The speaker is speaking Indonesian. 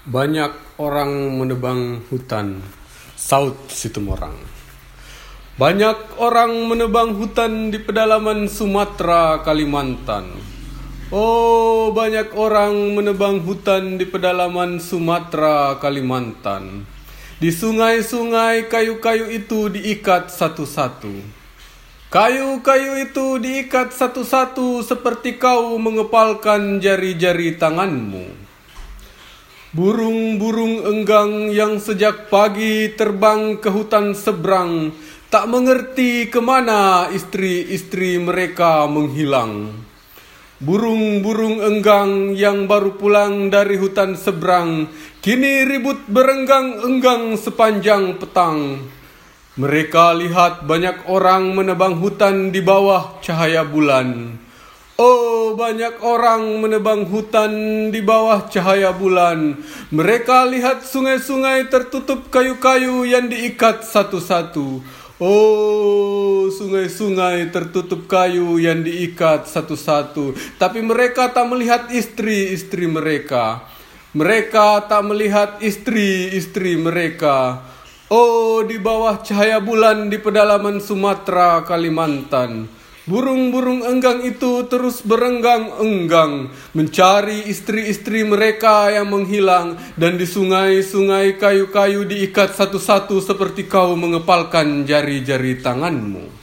Banyak orang menebang hutan, saut Situmorang. Banyak orang menebang hutan di pedalaman Sumatera, Kalimantan. Oh, banyak orang menebang hutan di pedalaman Sumatera, Kalimantan. Di sungai-sungai kayu-kayu itu diikat satu-satu. Kayu-kayu itu diikat satu-satu seperti kau mengepalkan jari-jari tanganmu. Burung-burung enggang yang sejak pagi terbang ke hutan seberang tak mengerti kemana istri-istri mereka menghilang. Burung-burung enggang yang baru pulang dari hutan seberang kini ribut berenggang-enggang sepanjang petang. Mereka lihat banyak orang menebang hutan di bawah cahaya bulan. Oh, banyak orang menebang hutan di bawah cahaya bulan. Mereka lihat sungai-sungai tertutup kayu-kayu yang diikat satu-satu. Oh, sungai-sungai tertutup kayu yang diikat satu-satu. Tapi mereka tak melihat istri-istri mereka. Mereka tak melihat istri-istri mereka. Oh, di bawah cahaya bulan di pedalaman Sumatera, Kalimantan. Burung-burung enggang itu terus berenggang-enggang mencari istri-istri mereka yang menghilang, dan di sungai-sungai kayu-kayu diikat satu-satu seperti kau mengepalkan jari-jari tanganmu.